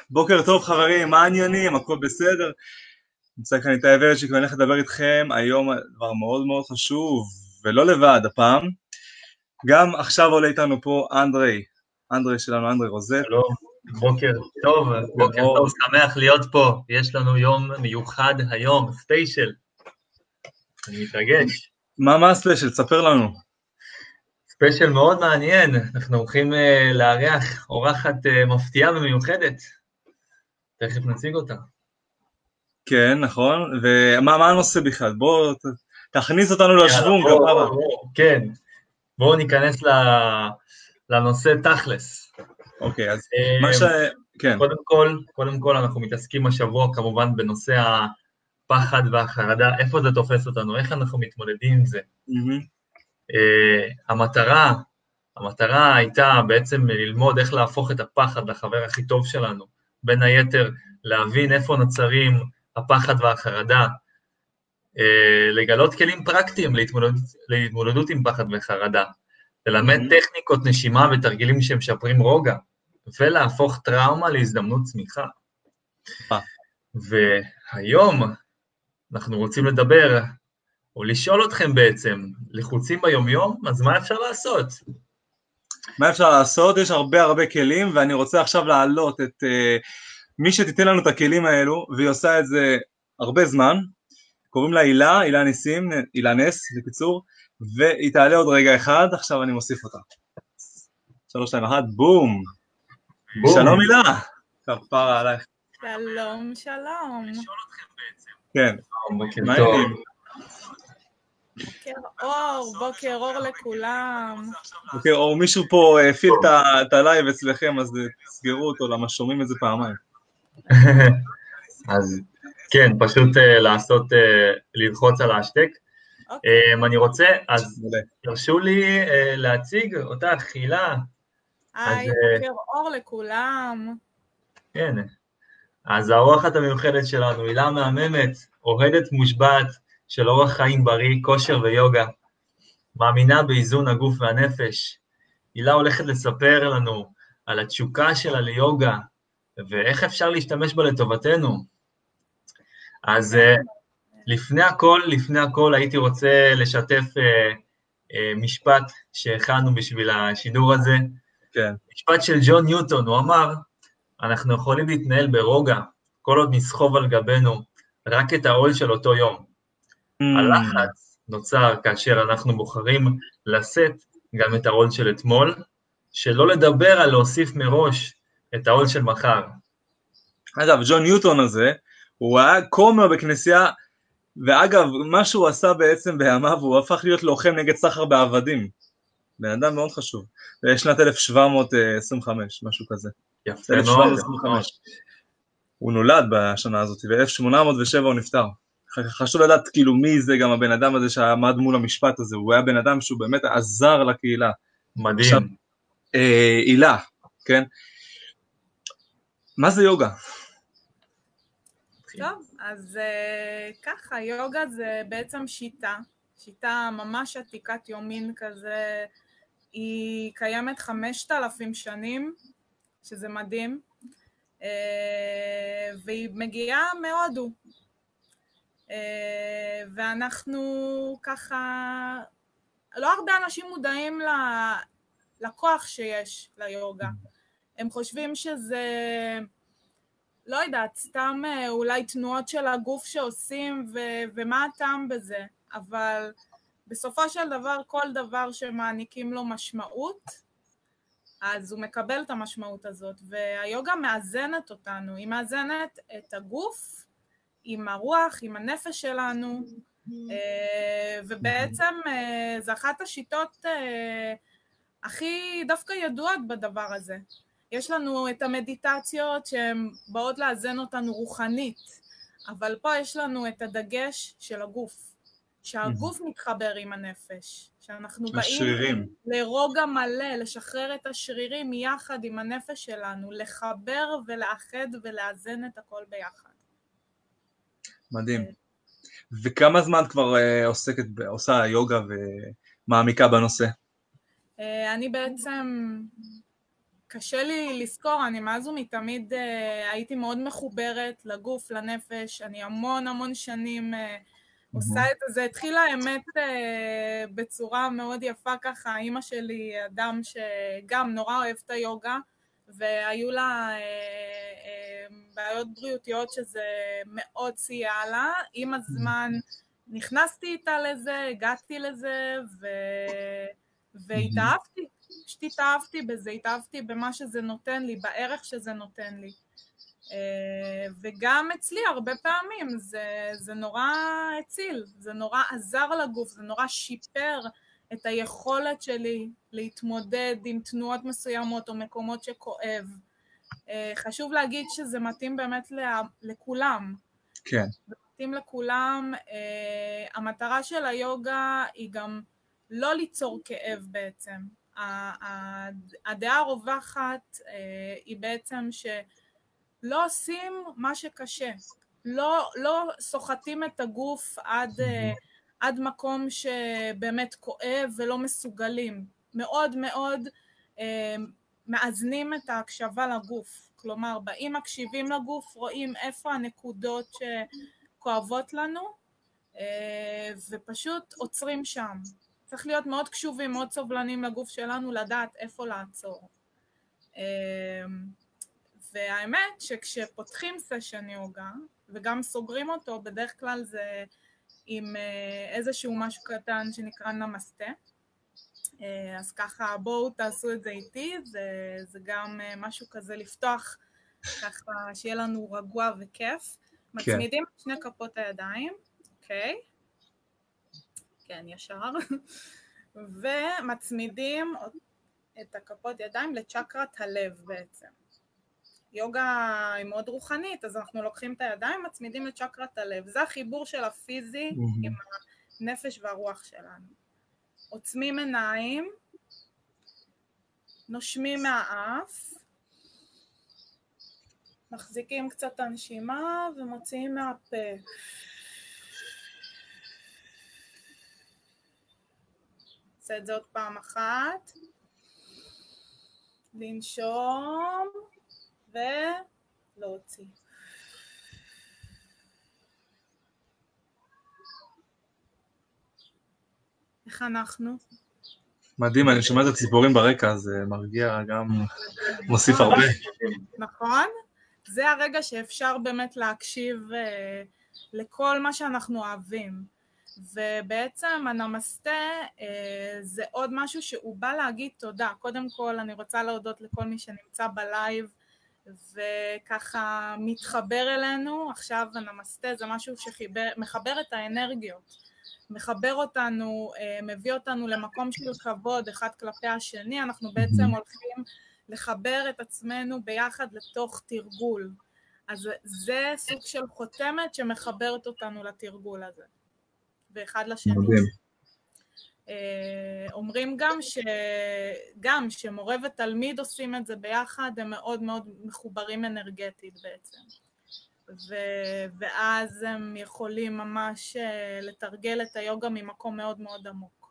בוקר טוב חברים, מה העניינים? הכל בסדר? נמצא כאן איתי ורצ'יק ואני הולך לדבר איתכם היום על דבר מאוד מאוד חשוב, ולא לבד הפעם. גם עכשיו עולה איתנו פה אנדרי שלנו, אנדרי רוזט. שלום, בוקר טוב, בוקר טוב, שמח להיות פה. יש לנו יום מיוחד היום, ספיישל. אני מתרגש. מה הספיישל? תספר לנו. ספיישל מאוד מעניין, אנחנו הולכים לארח אורחת מפתיעה ומיוחדת. תכף נציג אותה. כן, נכון. ומה הנושא בכלל? בוא תכניס אותנו לשוונג. כן, בואו ניכנס לנושא תכלס. אוקיי, אז כן. קודם כל אנחנו מתעסקים השבוע כמובן בנושא הפחד והחרדה, איפה זה תופס אותנו, איך אנחנו מתמודדים עם זה. המטרה הייתה בעצם ללמוד איך להפוך את הפחד לחבר הכי טוב שלנו, בין היתר להבין איפה נוצרים הפחד והחרדה, לגלות כלים פרקטיים להתמודדות עם פחד וחרדה, ללמד טכניקות נשימה ותרגילים שמשפרים רוגע, ולהפוך טראומה להזדמנות צמיחה. והיום אנחנו רוצים לדבר, או לשאול אתכם בעצם, לחוצים ביום-יום, אז מה אפשר לעשות? מה אפשר לעשות? יש הרבה כלים, ואני רוצה עכשיו להעלות את מי שתיתן לנו את הכלים האלו, והיא עושה את זה הרבה זמן. קוראים לה הילה נס, בקיצור, והיא תעלה עוד רגע אחד, עכשיו אני מוסיף אותה. 3, 2, 1, בום. שלום הילה. כפרה עלייך. שלום. לשאול אתכם בעצם. כן. בוקר טוב. בוקר אור לכולם. בוקר אור, מישהו פה הפעיל את הלייב אצלכם, אז תסגרו אותו, למה שומעים את זה פעמיים. אז כן, פשוט ללחוץ על ההשתק. אני רוצה, אז תרשו לי להציג אותך, הילה. היי, בוקר אור לכולם. כן, אז האורחת המיוחדת שלנו, הילה מהממת, אוהדת מושבעת של אורח חיים בריא, כושר ויוגה, מאמינה באיזון הגוף והנפש. הילה הולכת לספר לנו על התשוקה שלה ליוגה, ואיך אפשר להשתמש בה לטובתנו. אז לפני הכל הייתי רוצה לשתף משפט שהכנו בשביל השידור הזה. כן. משפט של ג'ון ניוטון, הוא אמר, אנחנו יכולים להתנהל ברוגע, כל עוד נסחוב על גבנו רק את העול של אותו יום. הלחץ נוצר כאשר אנחנו בוחרים לשאת גם את העול של אתמול, שלא לדבר על להוסיף מראש את העול של מחר. אגב, ג'ון ניוטון הזה, הוא היה כומר בכנסייה, ואגב, מה שהוא עשה בעצם בימיו, הוא הפך להיות לוחם נגד סחר בעבדים. בן אדם מאוד חשוב. בשנת 1725, משהו כזה. יפה, 1725. הוא נולד בשנה הזאת, ב-1807 הוא נפטר. חשוב לדעת כאילו מי זה גם הבן אדם הזה שעמד מול המשפט הזה, הוא היה בן אדם שהוא באמת עזר לקהילה. מדהים. עכשיו, הילה, כן? מה זה יוגה? טוב, אז ככה, יוגה זה בעצם שיטה ממש עתיקת יומין כזה, היא קיימת 5,000 שנים, שזה מדהים, והיא מגיעה מהודו, ואנחנו ככה, לא הרבה אנשים מודעים לכוח שיש ליוגה, הם חושבים שזה, לא יודעת, סתם אולי תנועות של הגוף שעושים ומה הטעם בזה, אבל בסופו של דבר כל דבר שמעניקים לו משמעות, אז הוא מקבל את המשמעות הזאת, והיוגה מאזנת אותנו, היא מאזנת את הגוף עם הרוח, עם הנפש שלנו, ובעצם זו אחת השיטות הכי דווקא ידועות בדבר הזה. יש לנו את המדיטציות שהן באות לאזן אותנו רוחנית, אבל פה יש לנו את הדגש של הגוף, שהגוף מתחבר עם הנפש, שאנחנו באים לרוגע מלא, לשחרר את השרירים יחד עם הנפש שלנו, לחבר ולאחד ולאזן את הכל ביחד. מדהים. וכמה זמן כבר עושה יוגה ומעמיקה בנושא? אני בעצם קשה לי לזכור, אני מאז ומתמיד הייתי מאוד מחוברת לגוף, לנפש, אני המון שנים עושה את זה. התחילה האמת בצורה מאוד יפה ככה, אמא שלי אדם שגם נורא אוהב את היוגה, והיו לה בעיות בריאותיות שזה מאוד סייע לה. עם הזמן נכנסתי איתה לזה, הגעתי לזה והתאהבתי. פשוט התאהבתי בזה, התאהבתי במה שזה נותן לי, בערך שזה נותן לי. וגם אצלי הרבה פעמים זה נורא הציל, זה נורא עזר לגוף, זה נורא שיפר את היכולת שלי להתמודד עם תנועות מסוימות או מקומות שכואב. חשוב להגיד שזה מתאים באמת לכולם. כן. זה מתאים לכולם. המטרה של היוגה היא גם לא ליצור כאב בעצם. הדעה הרווחת היא בעצם שלא עושים מה שקשה, לא סוחטים את הגוף עד מקום שבאמת כואב ולא מסוגלים, מאוד מאזנים את ההקשבה לגוף, כלומר באים מקשיבים לגוף, רואים איפה הנקודות שכואבות לנו ופשוט עוצרים שם. צריך להיות מאוד קשובים, מאוד סובלנים לגוף שלנו, לדעת איפה לעצור. והאמת שכשפותחים סשן יוגה, וגם סוגרים אותו, בדרך כלל זה עם איזשהו משהו קטן שנקרא נמסטה. אז ככה בואו תעשו את זה איתי, זה גם משהו כזה לפתוח, ככה שיהיה לנו רגוע וכיף. מצמידים את שני כפות הידיים, אוקיי? כן, ישר. ומצמידים את הכפות ידיים לצ'קרת הלב בעצם. יוגה היא מאוד רוחנית, אז אנחנו לוקחים את הידיים, מצמידים לצ'קרת הלב. זה החיבור של הפיזי עם הנפש והרוח שלנו. עוצמים עיניים, נושמים מהאף, מחזיקים קצת הנשימה ומוציאים מהפה. נעשה את זה עוד פעם אחת. לנשום ולהוציא. איך אנחנו? מדהים, אני שומע את הציפורים ברקע, זה מרגיע גם, מוסיף הרבה. נכון? זה הרגע שאפשר באמת להקשיב לכל מה שאנחנו אוהבים. ובעצם הנמסטה זה עוד משהו שהוא בא להגיד תודה. קודם כל אני רוצה להודות לכל מי שנמצא בלייב וככה מתחבר אלינו. עכשיו הנמסטה זה משהו שמחבר את האנרגיות, מחבר אותנו, מביא אותנו למקום של כבוד אחד כלפי השני. אנחנו בעצם הולכים לחבר את עצמנו ביחד לתוך תרגול. אז זה סוג של חותמת שמחברת אותנו לתרגול הזה. ואחד לשני. אומרים גם שמורה ותלמיד עושים את זה ביחד, הם מאוד מאוד מחוברים אנרגטית בעצם. ואז הם יכולים ממש לתרגל את היוגה ממקום מאוד מאוד עמוק.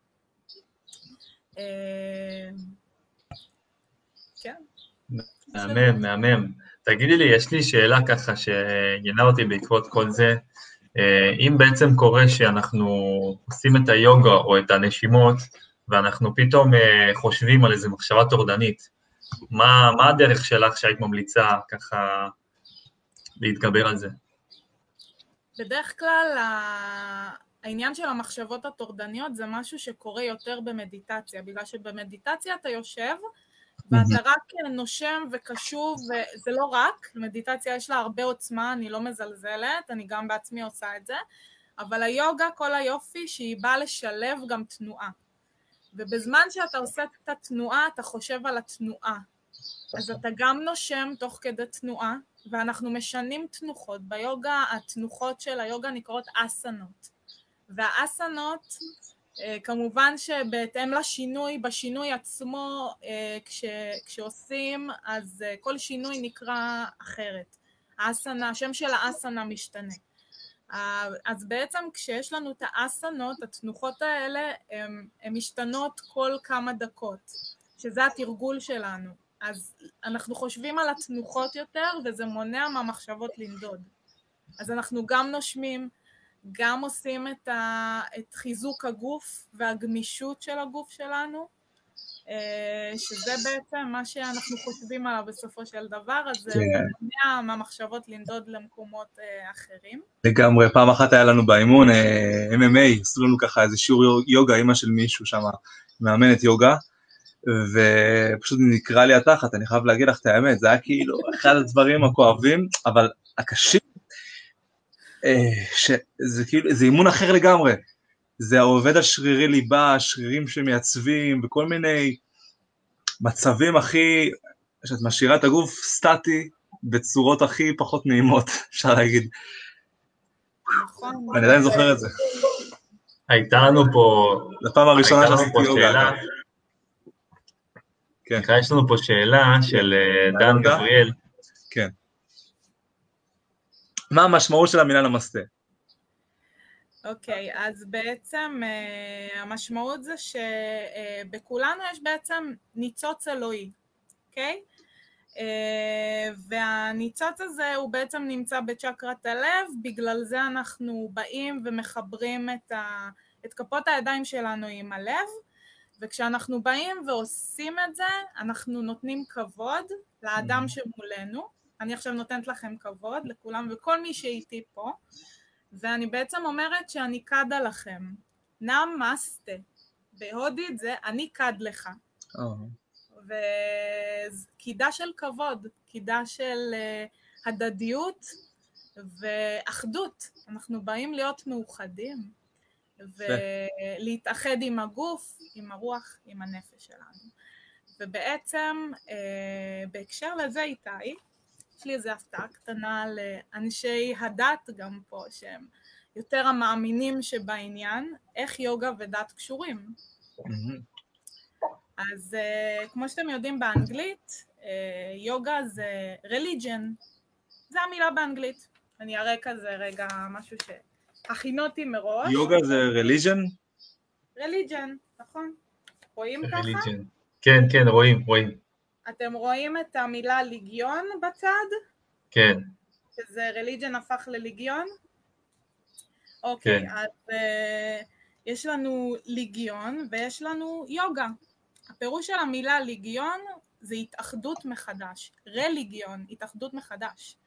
כן. מהמם. תגידי לי, יש לי שאלה ככה שעניינה אותי בעקבות כל זה. אם בעצם קורה שאנחנו עושים את היוגה או את הנשימות, ואנחנו פתאום חושבים על איזו מחשבה טורדנית, מה הדרך שלך שהיית ממליצה ככה להתגבר על זה? בדרך כלל העניין של המחשבות הטורדניות זה משהו שקורה יותר במדיטציה, בגלל שבמדיטציה אתה יושב ואתה רק נושם וקשוב, וזה לא רק, מדיטציה יש לה הרבה עוצמה, אני לא מזלזלת, אני גם בעצמי עושה את זה, אבל היוגה, כל היופי שהיא באה לשלב גם תנועה, ובזמן שאתה עושה את התנועה, אתה חושב על התנועה, אז אתה גם נושם תוך כדי תנועה, ואנחנו משנים תנוחות, ביוגה התנוחות של היוגה נקראות אסנות, והאסנות, כמובן שבהתאם לשינוי, בשינוי עצמו, כשעושים, אז כל שינוי נקרא אחרת. האסנה, השם של האסנה משתנה. אז בעצם כשיש לנו את האסנות, התנוחות האלה, הן משתנות כל כמה דקות, שזה התרגול שלנו. אז אנחנו חושבים על התנוחות יותר, וזה מונע מהמחשבות לנדוד. אז אנחנו גם נושמים, גם עושים את חיזוק הגוף והגמישות של הגוף שלנו, שזה בעצם מה שאנחנו חושבים עליו בסופו של דבר, אז זה מונע מהמחשבות לנדוד למקומות אחרים. לגמרי, פעם אחת היה לנו באימון, MMA, עשו לנו ככה איזה שיעור יוגה, אמא של מישהו שם, מאמנת יוגה, ופשוט נקרא לי התחת, אני חייב להגיד לך את האמת, זה היה כאילו אחד הדברים הכואבים, אבל הקשים, שזה כאילו, זה אימון אחר לגמרי, זה העובד השרירי ליבה, השרירים שמייצבים, וכל מיני מצבים הכי, שאת משאירה את הגוף סטטי, בצורות הכי פחות נעימות, אפשר להגיד. נכון. אני עדיין זוכר את זה. הייתה לנו פה... לפעם הראשונה שעשיתי יוגה. כן. יש לנו פה שאלה של דן גבריאל. כן. מה המשמעות של המילה נמסטה? אוקיי, אז בעצם המשמעות זה שבכולנו יש בעצם ניצוץ אלוהי, אוקיי? והניצוץ הזה הוא בעצם נמצא בצ'קרת הלב, בגלל זה אנחנו באים ומחברים את כפות הידיים שלנו עם הלב, וכשאנחנו באים ועושים את זה, אנחנו נותנים כבוד לאדם שמולנו. אני עכשיו נותנת לכם כבוד לכולם וכל מי שאיתי פה, ואני בעצם אומרת שאני קדה לכם. נמסטה. בהודית זה אני קד לך. וקידה של כבוד, קידה של הדדיות ואחדות. אנחנו באים להיות מאוחדים ולהתאחד עם הגוף, עם הרוח, עם הנפש שלנו. ובעצם בהקשר לזה איתי, יש לי איזו הפתעה קטנה לאנשי הדת גם פה, שהם יותר המאמינים שבעניין, איך יוגה ודת קשורים. אז כמו שאתם יודעים באנגלית, יוגה זה religion, זה המילה באנגלית. אני אראה כזה רגע משהו שהכינותי מראש. יוגה זה religion? religion, נכון. רואים ככה? כן, כן, רואים. אתם רואים את המילה ליגיון בצד? כן. שזה religion הפך לליגיון? אוקיי, אז יש לנו ליגיון ויש לנו יוגה. הפירוש של המילה ליגיון זה התאחדות מחדש, רליגיון, התאחדות מחדש.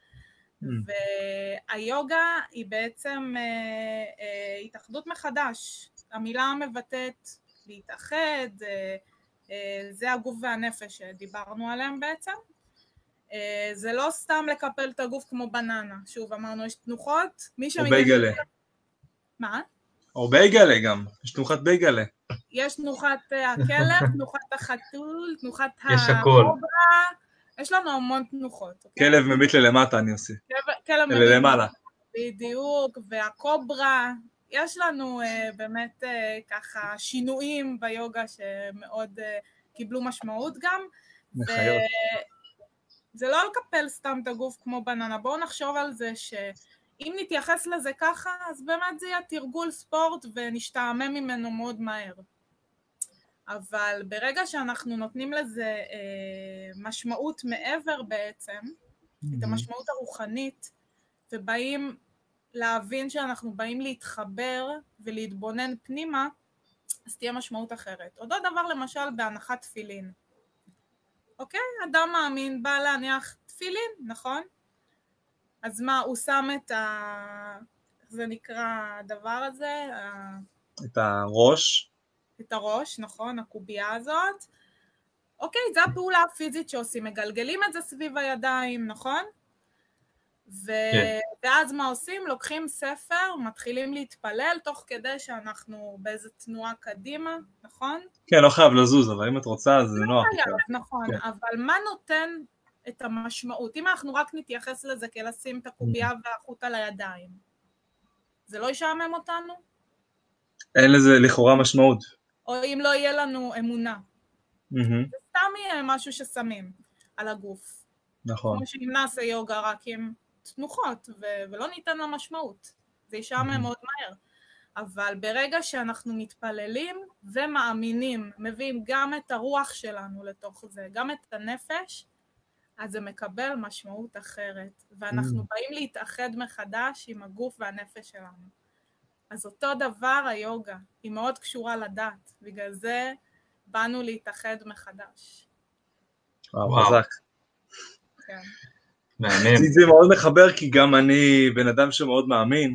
והיוגה היא בעצם התאחדות מחדש. המילה מבטאת להתאחד, זה הגוף והנפש שדיברנו עליהם בעצם. זה לא סתם לקפל את הגוף כמו בננה. שוב, אמרנו, יש תנוחות. או בייגלה. מה? או בייגלה גם, יש תנוחת בייגלה. יש תנוחת הכלב, תנוחת החתול, תנוחת הקוברה. יש לנו המון תנוחות. כלב מביט ללמטה אני עושה. כלב מביט ללמעלה. בדיוק, והקוברה. יש לנו באמת ככה שינויים ביוגה שמאוד קיבלו משמעות גם. מחיות. זה לא לקפל סתם את הגוף כמו בננה. בואו נחשוב על זה אם נתייחס לזה ככה, אז באמת זה יהיה תרגול ספורט ונשתעמם ממנו מאוד מהר. אבל ברגע שאנחנו נותנים לזה משמעות מעבר בעצם, את המשמעות הרוחנית, ובאים להבין שאנחנו באים להתחבר ולהתבונן פנימה, אז תהיה משמעות אחרת. אותו דבר למשל בהנחת תפילין. אוקיי? אדם מאמין בא להניח תפילין, נכון? אז מה, הוא שם איך זה נקרא הדבר הזה? את הראש. את הראש, נכון, הקובייה הזאת. אוקיי, זו הפעולה הפיזית שעושים, מגלגלים את זה סביב הידיים, נכון? ואז מה עושים? לוקחים ספר, מתחילים להתפלל, תוך כדי שאנחנו באיזו תנועה קדימה, נכון? כן, לא חייב לזוז, אבל אם את רוצה, זה נוח. נכון, אבל מה נותן את המשמעות? אם אנחנו רק נתייחס לזה כלשים את הקובייה והחוט על הידיים, זה לא ישעמם אותנו? אין לזה לכאורה משמעות. או אם לא יהיה לנו אמונה. זה סתם יהיה משהו ששמים על הגוף. נכון. כמו שאם נעשה יוגה רק עם תנוחות, ולא ניתן לה משמעות. זה ישעמם מאוד מהר. אבל ברגע שאנחנו מתפללים ומאמינים, מביאים גם את הרוח שלנו לתוך זה, גם את הנפש, אז זה מקבל משמעות אחרת, ואנחנו באים להתאחד מחדש עם הגוף והנפש שלנו. אז אותו דבר היוגה, היא מאוד קשורה לדת, בגלל זה באנו להתאחד מחדש. וואו, חזק. כן. זה מאוד מחבר, כי גם אני בן אדם שמאוד מאמין,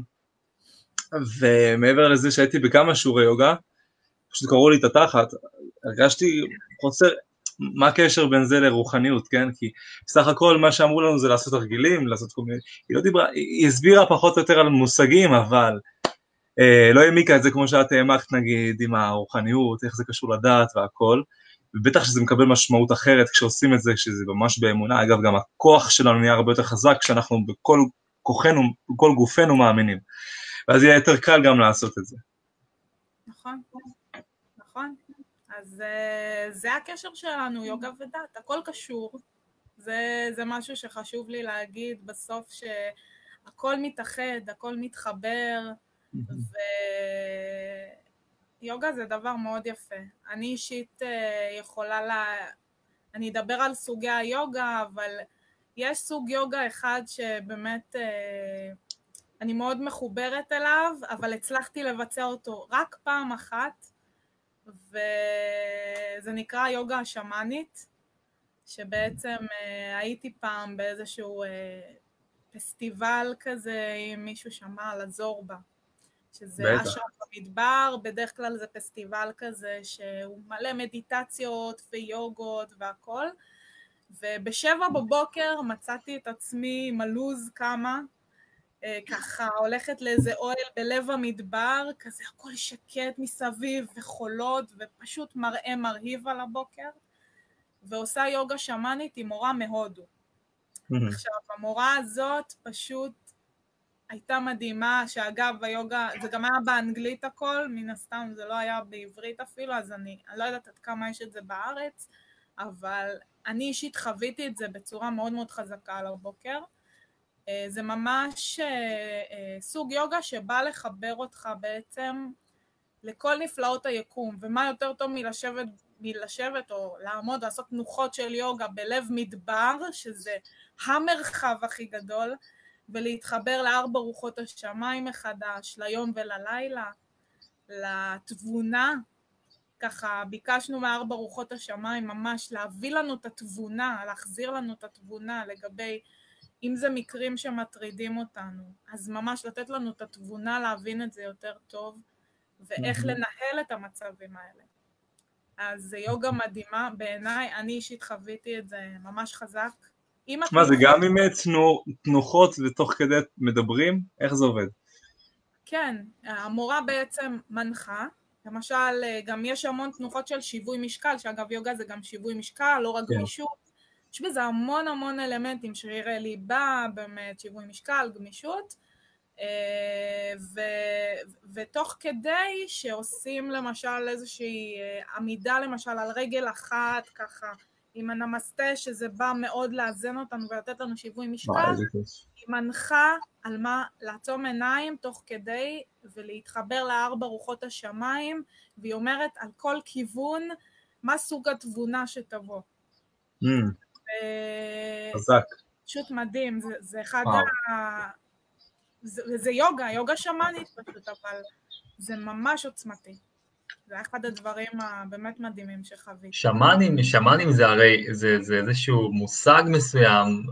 ומעבר לזה שהייתי בכמה שיעורי יוגה, פשוט קראו לי את התחת, הרגשתי חוסר, מה הקשר בין זה לרוחניות, כן? כי בסך הכל מה שאמרו לנו זה לעשות תרגילים, לעשות כל מיני, היא לא דיברה, היא הסבירה פחות או יותר על מושגים, אבל לא העמיקה את זה כמו שאת העמקת נגיד עם הרוחניות, איך זה קשור לדת והכל, ובטח שזה מקבל משמעות אחרת כשעושים את זה, כשזה ממש באמונה. אגב, גם הכוח שלנו נהיה הרבה יותר חזק כשאנחנו בכל כוחנו, בכל גופנו מאמינים, ואז יהיה יותר קל גם לעשות את זה. נכון, נכון. אז זה הקשר שלנו, יוגה ודת, הכל קשור. זה משהו שחשוב לי להגיד בסוף, שהכל מתאחד, הכל מתחבר, ויוגה זה דבר מאוד יפה. אני אישית אני אדבר על סוגי היוגה, אבל יש סוג יוגה אחד שבאמת אני מאוד מחוברת אליו, אבל הצלחתי לבצע אותו רק פעם אחת, וזה נקרא יוגה השמאנית, שבעצם הייתי פעם באיזשהו פסטיבל כזה, אם מישהו שמע על הזורבה, שזה אשרם במדבר, בדרך כלל זה פסטיבל כזה שהוא מלא מדיטציות ויוגות והכל, ובשבע בבוקר מצאתי את עצמי עם הלוז כמה, ככה הולכת לאיזה אוהל בלב המדבר, כזה הכל שקט מסביב וחולות, ופשוט מראה מרהיב על הבוקר, ועושה יוגה שמאנית עם מורה מהודו. עכשיו, המורה הזאת פשוט הייתה מדהימה, שאגב, היוגה, זה גם היה באנגלית הכל, מן הסתם זה לא היה בעברית אפילו, אז אני לא יודעת עד כמה יש את זה בארץ, אבל אני אישית חוויתי את זה בצורה מאוד מאוד חזקה על הבוקר. זה ממש סוג יוגה שבא לחבר אותך בעצם לכל נפלאות היקום, ומה יותר טוב מלשבת או לעמוד, לעשות תנוחות של יוגה בלב מדבר, שזה המרחב הכי גדול, ולהתחבר לארבע רוחות השמיים מחדש, ליום וללילה, לתבונה, ככה ביקשנו מארבע רוחות השמיים ממש להביא לנו את התבונה, להחזיר לנו את התבונה לגבי, אם זה מקרים שמטרידים אותנו, אז ממש לתת לנו את התבונה להבין את זה יותר טוב, ואיך לנהל את המצבים האלה. אז זה יוגה מדהימה, בעיניי, אני אישית חוויתי את זה ממש חזק. מה זה, גם עם תנוחות ותוך כדי מדברים? איך זה עובד? כן, המורה בעצם מנחה, למשל, גם יש המון תנוחות של שיווי משקל, שאגב יוגה זה גם שיווי משקל, לא רק גמישות, יש בזה המון המון אלמנטים, שרירי ליבה, באמת שיווי משקל, גמישות, ותוך כדי שעושים למשל איזושהי עמידה למשל על רגל אחת, ככה עם הנמסטה, שזה בא מאוד לאזן אותנו ולתת לנו שיווי משקל, היא מנחה על מה לעצום עיניים תוך כדי ולהתחבר לארבע רוחות השמיים, והיא אומרת על כל כיוון מה סוג התבונה שתבוא. חזק. פשוט מדהים, זה אחד זה יוגה שמאנית פשוט, אבל זה ממש עוצמתי. זה אחד הדברים הבאמת מדהימים שחוויתי. שמאנים זה הרי, זה איזשהו מושג מסוים,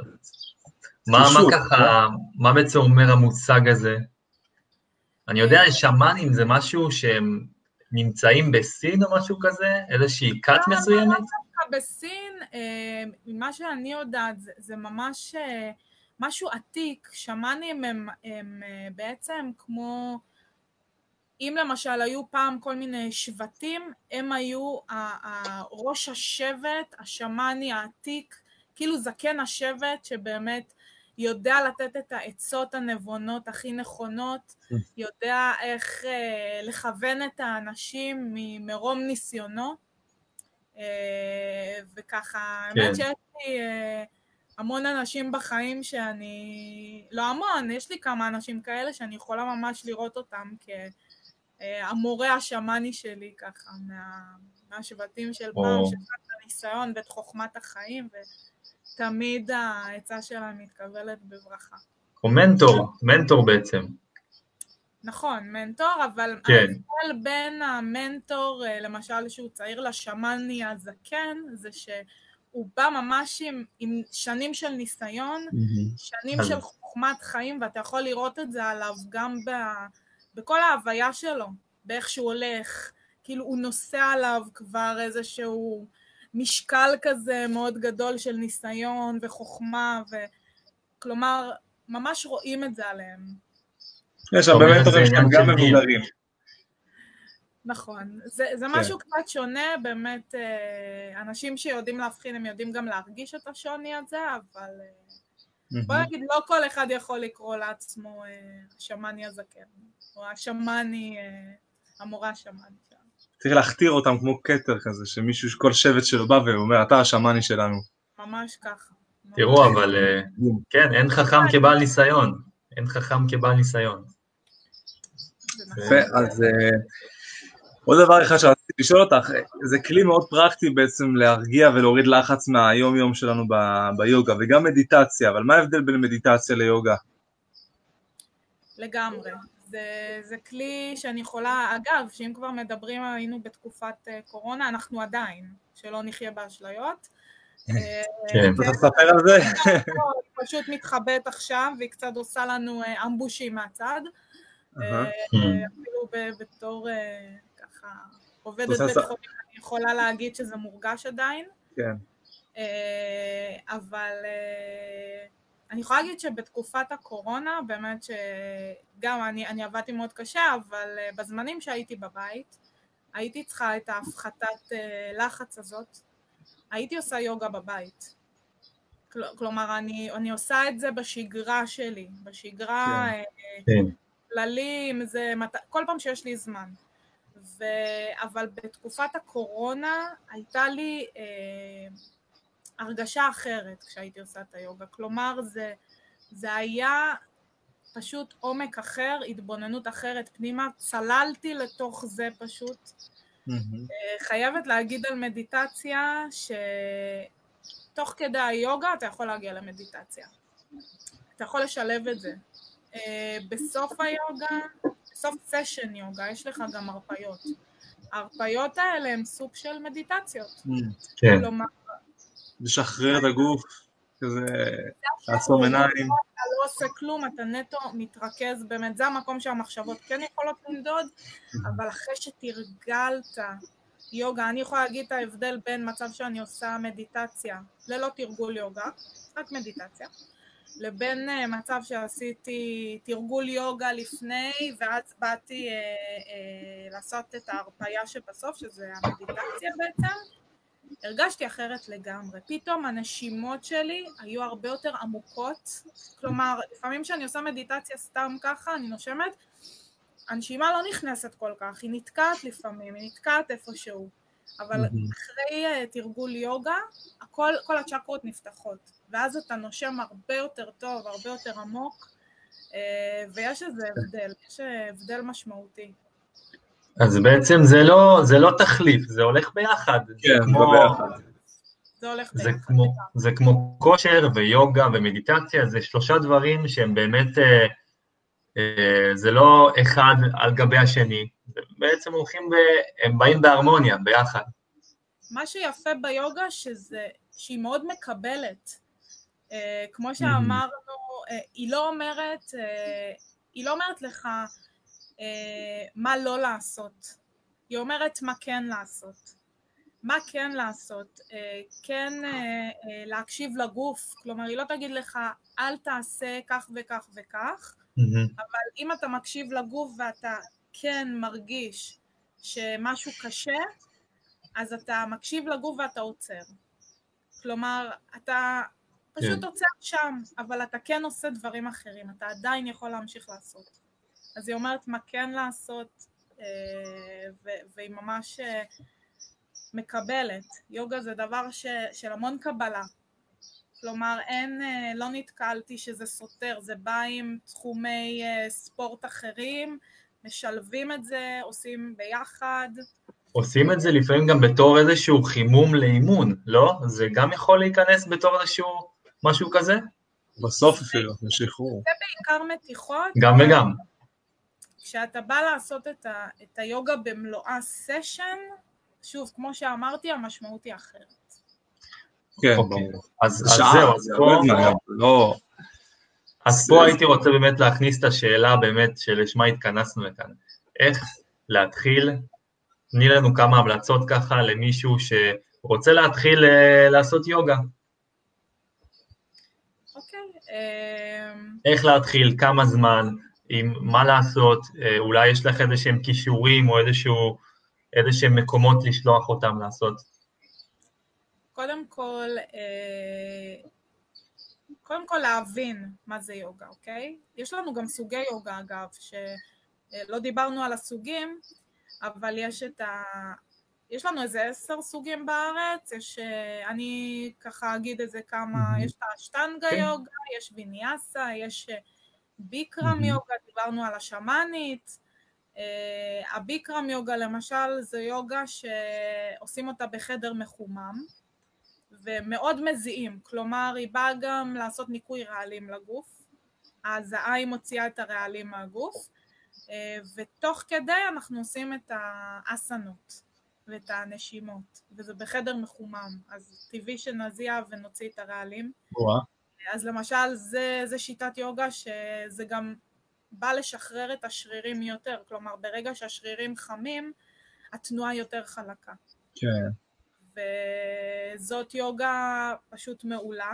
מה בעצם אומר המושג הזה? אני יודע, שמאנים זה משהו שהם נמצאים בסין או משהו כזה? איזושהי כת מסוימת? לא דווקא בסין, ממה שאני יודעת, זה ממש משהו עתיק. שמאנים הם בעצם כמו, אם למשל היו פעם כל מיני שבטים, הם היו ראש השבט, השמאני העתיק, כאילו זקן השבט שבאמת יודע לתת את העצות הנבונות הכי נכונות, יודע איך לכוון את האנשים ממרום ניסיונו, וככה, האמת שיש לי המון אנשים בחיים שאני, לא המון, יש לי כמה אנשים כאלה שאני יכולה ממש לראות אותם המורה השמני שלי ככה, מהשבטים של פעם, שיש את הניסיון ואת חוכמת החיים, ותמיד העצה שלה מתקבלת בברכה. או מנטור בעצם. נכון, מנטור, אבל ההבדל בין המנטור, למשל שהוא צעיר לשמני הזקן, זה שהוא בא ממש עם שנים של ניסיון, שנים של חוכמת חיים, ואתה יכול לראות את זה עליו גם בכל ההוויה שלו, באיך שהוא הולך, כאילו הוא נושא עליו כבר איזשהו משקל כזה מאוד גדול של ניסיון וחוכמה, כלומר, ממש רואים את זה עליהם. יש הרבה מנטורים שהם גם מבוגרים. נכון, זה משהו קצת שונה, באמת, אנשים שיודעים להבחין, הם יודעים גם להרגיש את השוני הזה, אבל בוא נגיד, לא כל אחד יכול לקרוא לעצמו השמני הזקן, או השמני, המורה השמני. צריך להכתיר אותם כמו קטר כזה, שמישהו, כל שבט שלו בא ואומר, אתה השמני שלנו. ממש ככה. תראו, אבל כן, אין חכם כבעל ניסיון. אין חכם כבעל ניסיון. אז עוד דבר אחד שרציתי לשאול אותך, זה כלי מאוד פרקטי בעצם להרגיע ולהוריד לחץ מהיום יום שלנו ביוגה, וגם מדיטציה, אבל מה ההבדל בין מדיטציה ליוגה? לגמרי, זה כלי שאני יכולה, אגב, שאם כבר מדברים, היינו בתקופת קורונה, אנחנו עדיין, שלא נחיה באשליות. כן, צריך לספר על זה? היא פשוט מתחבאת עכשיו, והיא קצת עושה לנו אמבושים מהצד, אפילו בתור ככה עובדת בית חולים, אני יכולה להגיד שזה מורגש עדיין, אבל אני יכולה להגיד שבתקופת הקורונה, באמת שגם אני עבדתי מאוד קשה, אבל בזמנים שהייתי בבית, הייתי צריכה את ההפחתת לחץ הזאת, הייתי עושה יוגה בבית. כלומר, אני עושה את זה בשגרה שלי, בשגרה כללים, כל פעם שיש לי זמן. אבל בתקופת הקורונה הייתה לי הרגשה אחרת כשהייתי עושה את היוגה. כלומר, זה היה פשוט עומק אחר, התבוננות אחרת פנימה, צללתי לתוך זה פשוט. חייבת להגיד על מדיטציה שתוך כדי היוגה אתה יכול להגיע למדיטציה. אתה יכול לשלב את זה. בסוף היוגה, בסוף סשן יוגה, יש לך גם הרפיות. ההרפיות האלה הם סוג של מדיטציות. כן. לשחרר את הגוף, כזה לעצום עיניים. אתה לא עושה כלום, אתה נטו מתרכז, באמת זה המקום שהמחשבות כן יכולות לנדוד, אבל אחרי שתרגלת יוגה, אני יכולה להגיד את ההבדל בין מצב שאני עושה מדיטציה, ללא תרגול יוגה, רק מדיטציה, לבין מצב שעשיתי תרגול יוגה לפני, ואז באתי לעשות את ההרפיה שבסוף, שזה המדיטציה בעצם, הרגשתי אחרת לגמרי. פתאום הנשימות שלי היו הרבה יותר עמוקות, כלומר, לפעמים שאני עושה מדיטציה סתם ככה, אני נושמת, הנשימה לא נכנסת כל כך, היא נתקעת לפעמים, היא נתקעת איפשהו, אבל אחרי תרגול יוגה, כל הצ'קרות נפתחות, ואז אתה נושם הרבה יותר טוב, הרבה יותר עמוק, ויש איזה הבדל, יש הבדל משמעותי. אז בעצם זה לא תחליף, זה הולך ביחד. כן, זה ביחד. זה הולך ביחד. זה כמו כושר ויוגה ומדיטציה, זה שלושה דברים שהם באמת, זה לא אחד על גבי השני, בעצם הם באים בהרמוניה, ביחד. מה שיפה ביוגה שהיא מאוד מקבלת, כמו שאמרנו, היא לא אומרת לך מה לא לעשות, היא אומרת מה כן לעשות. מה כן לעשות? כן להקשיב לגוף, כלומר היא לא תגיד לך אל תעשה כך וכך וכך, אבל אם אתה מקשיב לגוף ואתה כן מרגיש שמשהו קשה, אז אתה מקשיב לגוף ואתה עוצר. כלומר, אתה פשוט עוצר שם, אבל אתה כן עושה דברים אחרים, אתה עדיין יכול להמשיך לעשות. אז היא אומרת מה כן לעשות, והיא ממש מקבלת. יוגה זה דבר של המון קבלה. כלומר, לא נתקלתי שזה סותר, זה בא עם תחומי ספורט אחרים, משלבים את זה, עושים ביחד. עושים את זה לפעמים גם בתור איזשהו חימום לאימון, לא? זה גם יכול להיכנס בתור איזשהו משהו כזה? בסוף אפילו, לשחרור. זה בעיקר מתיחות. גם וגם. כשאתה בא לעשות את היוגה במלואה סשן, שוב, כמו שאמרתי, המשמעות היא אחרת. כן, אז זהו, אז פה הייתי רוצה באמת להכניס את השאלה באמת שלשמה התכנסנו לכאן. איך להתחיל? תני לנו כמה המלצות ככה למישהו שרוצה להתחיל לעשות יוגה. אוקיי. איך להתחיל, כמה זמן, מה לעשות, אולי יש לך איזשהם קישורים או איזשהם מקומות לשלוח אותם לעשות. קודם כל להבין מה זה יוגה, אוקיי? יש לנו גם סוגי יוגה אגב, שלא דיברנו על הסוגים, אבל יש לנו איזה 10 סוגים בארץ, אני ככה אגיד איזה כמה, יש את האשטנגה יוגה, יש ויניאסה, יש ביקרם יוגה, דיברנו על השמאנית, הביקרם יוגה למשל זה יוגה שעושים אותה בחדר מחומם, ומאוד מזיעים, כלומר היא באה גם לעשות ניקוי רעלים לגוף, אז העין מוציאה את הרעלים מהגוף, ותוך כדי אנחנו עושים את האסנות ואת הנשימות, וזה בחדר מחומם, אז טבעי שנזיע ונוציא את הרעלים. אז למשל זה שיטת יוגה שזה גם בא לשחרר את השרירים יותר, כלומר ברגע שהשרירים חמים, התנועה יותר חלקה. כן. וזאת יוגה פשוט מעולה.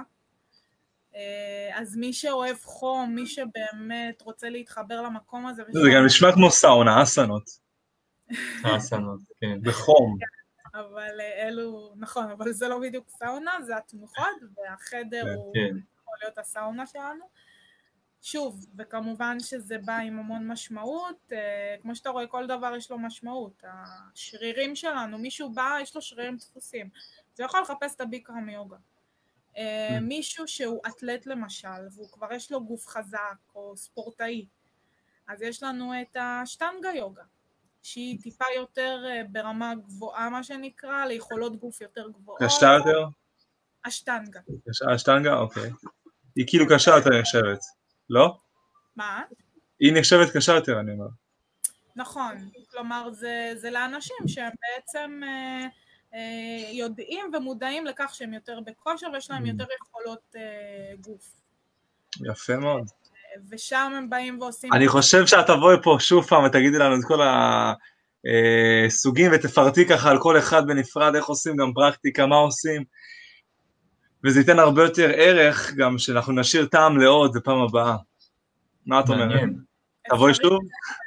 אז מי שאוהב חום, מי שבאמת רוצה להתחבר למקום הזה... זה גם נשמע כמו סאונה, אסנות. אסנות, כן. בחום. אבל אלו, נכון, אבל זה לא בדיוק סאונה, זה התנוחות, והחדר הוא יכול להיות הסאונה שלנו. שוב, וכמובן שזה בא עם המון משמעות, כמו שאתה רואה, כל דבר יש לו משמעות. השרירים שלנו, מישהו בא, יש לו שרירים דפוסים. זה יכול לחפש את הביקרם יוגה. מישהו שהוא אתלט למשל, והוא כבר יש לו גוף חזק או ספורטאי, אז יש לנו את האשטנגה יוגה, שהיא טיפה יותר ברמה גבוהה, מה שנקרא, ליכולות גוף יותר גבוהות. קשה יותר? אשטנגה. אשטנגה? אוקיי. היא כאילו קשה יותר נחשבת, לא? מה? היא נחשבת קשה יותר, אני אומר. נכון, כלומר זה לאנשים שהם בעצם יודעים ומודעים לכך שהם יותר בכושר ויש להם יותר יכולות גוף. יפה מאוד. ושם הם באים ועושים... אני חושב שאת תבואי פה שוב פעם ותגידי לנו את כל הסוגים ותפרטי ככה על כל אחד בנפרד, איך עושים גם פרקטיקה, מה עושים, וזה ייתן הרבה יותר ערך גם שאנחנו נשאיר טעם לעוד בפעם הבאה. מה את אומרת? תבואי שוב?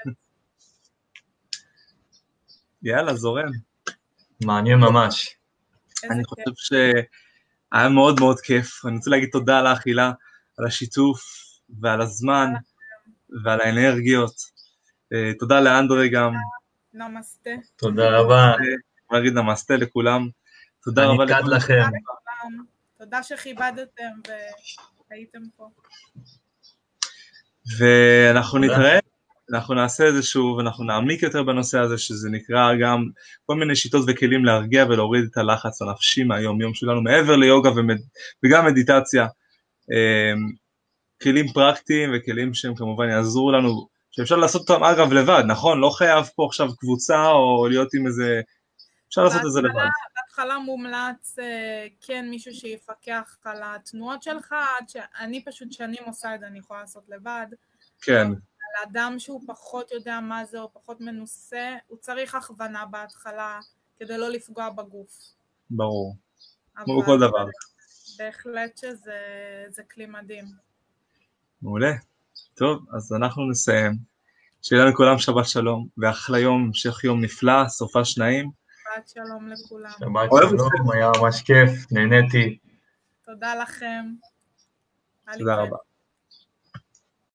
יאללה, זורם. מעניין ממש. אני חושב שהיה מאוד מאוד כיף. אני רוצה להגיד תודה על האכילה, על השיתוף ועל הזמן ועל האנרגיות. תודה לאנדרי גם. נמסטה. תודה רבה. אני אגיד נמסטה לכולם. תודה רבה לכם. תודה שכיבדתם והייתם פה. ואנחנו נתראה. אנחנו נעשה את זה שוב, אנחנו נעמיק יותר בנושא הזה, שזה נקרא גם כל מיני שיטות וכלים להרגיע ולהוריד את הלחץ הנפשי מהיום-יום שלנו, מעבר ליוגה וגם מדיטציה, כלים פרקטיים וכלים שהם כמובן יעזרו לנו, שאפשר לעשות אותם אגב לבד, נכון? לא חייב פה עכשיו קבוצה או להיות עם איזה, אפשר לעשות את זה לבד. בהתחלה מומלץ, כן, מישהו שיפקח על התנועות שלך, עד שאני פשוט שנים עושה את זה, אני יכולה לעשות לבד. כן. לאדם שהוא פחות יודע מה זה או פחות מנוסה, הוא צריך הכוונה בהתחלה כדי לא לפגוע בגוף. ברור. כמו כל דבר. בהחלט שזה כלי מדהים. מעולה. טוב, אז אנחנו נסיים. שיהיה לנו כולם שבת שלום, ואחלה יום, המשך יום נפלא, סופה שניים. שבת שלום לכולם. שבת שלום, היה ממש כיף, נהניתי. תודה לכם. תודה רבה.